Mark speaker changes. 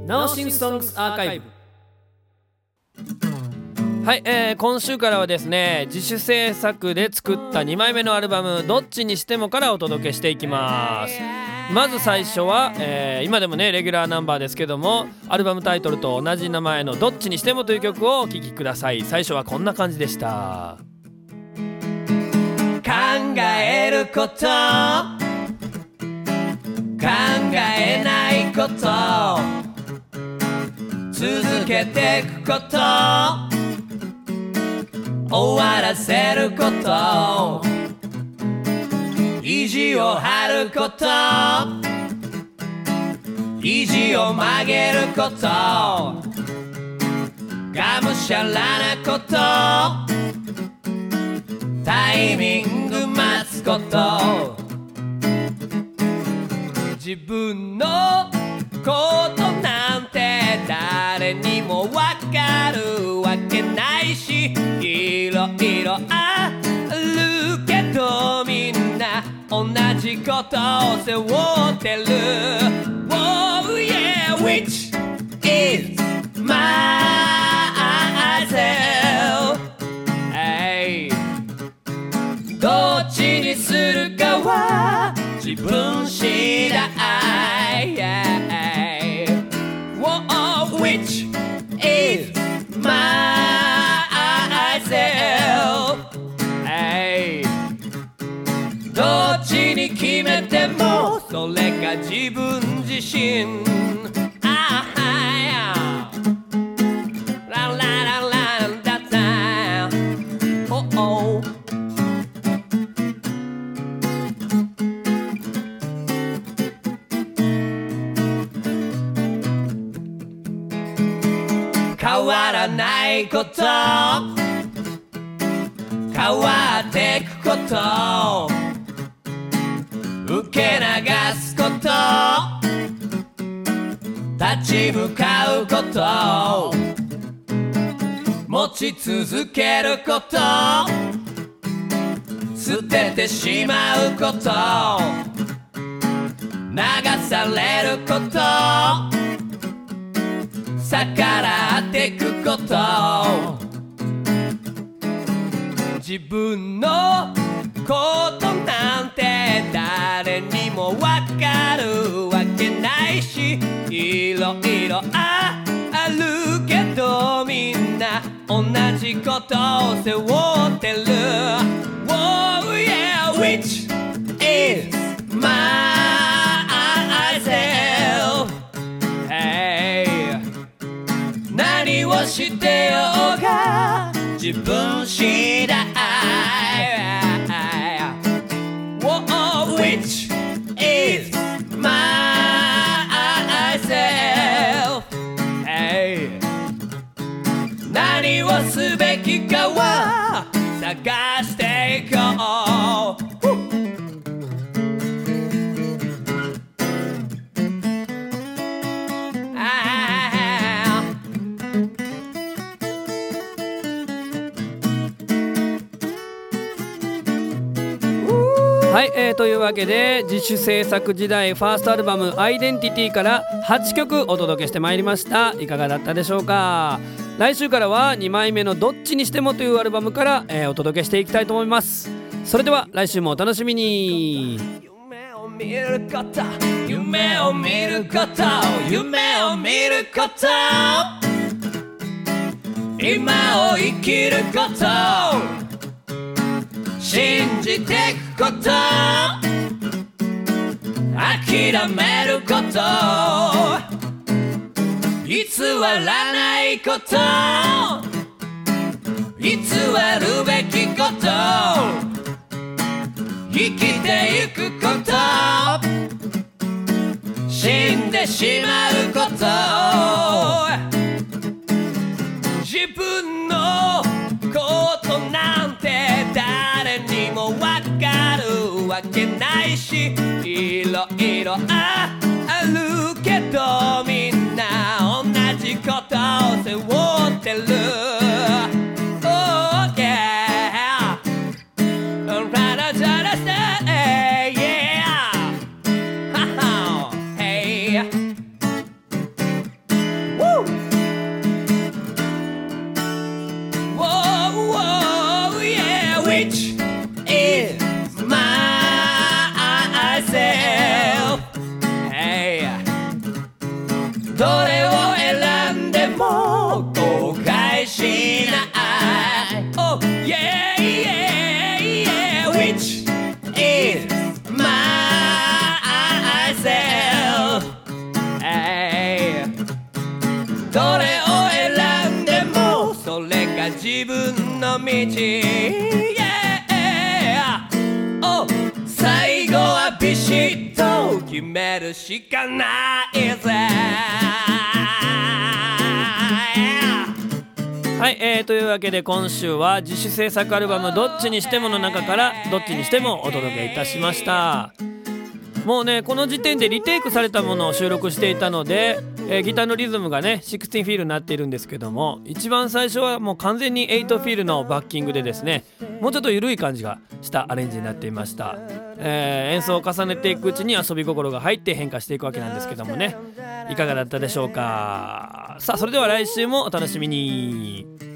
Speaker 1: ナオシンソングスアーカイブ。はい、今週からはですね、自主制作で作った2枚目のアルバムどっちにしてもからお届けしていきます。まず最初は、今でもねレギュラーナンバーですけども、アルバムタイトルと同じ名前のどっちにしてもという曲をお聴きください。最初はこんな感じでした。考えること、考えないこと、続けていくこと、終わらせること、意地を張ること、意地を曲げること、がむしゃらなこと、タイミング待つこと、自分のことなんて誰にもわかるわけないし、いろいろあるけどみんな同じことを背負ってる。 Oh yeah, which is myself、hey、どっちにするかは自分次第、Whoa, which is myself、hey、どっちに決めてもそれが自分自身、変わらないこと、変わっていくこと、受け流すこと、立ち向かうこと、持ち続けること、捨ててしまうこと、流されること、逆らっていくこと、自分のことなんて誰にもわかるわけないし、いろいろあるけどみんな同じことを背負ってる。 Oh yeah, which is myself、hey、何をしてようが自分次第、Whoa, which is myself、hey、何をすべきかは探していこう。はい、というわけで自主制作時代ファーストアルバムアイデンティティから8曲お届けしてまいりました。いかがだったでしょうか。来週からは2枚目のどっちにしてもというアルバムから、お届けしていきたいと思います。それでは来週もお楽しみに。夢を見ること、夢を見ること、夢を見ること、今を生きること、信じていくこと、諦めること、偽らないこと、偽るべきこと、生きていくこと、死んでしまうこと、自分のことなんて誰にもわかるわけないし、いろいろあるけどみんな同じことを背負ってる。 Oh yeah, yeah, hey どれを選んでも後悔しない Oh yeah yeah yeah Which is myself hey どれを選んでもそれが自分の道 Yeah Oh 最後はビシッと決めるしかないぜはい、というわけで今週は自主制作アルバムどっちにしてもの中からどっちにしてもお届けいたしました。もうねこの時点でリテイクされたものを収録していたので、ギターのリズムがね16フィールになっているんですけども、一番最初はもう完全に8フィールのバッキングでですね、もうちょっと緩い感じがしたアレンジになっていました。演奏を重ねていくうちに遊び心が入って変化していくわけなんですけどもね、いかがだったでしょうか。さあそれでは来週もお楽しみに。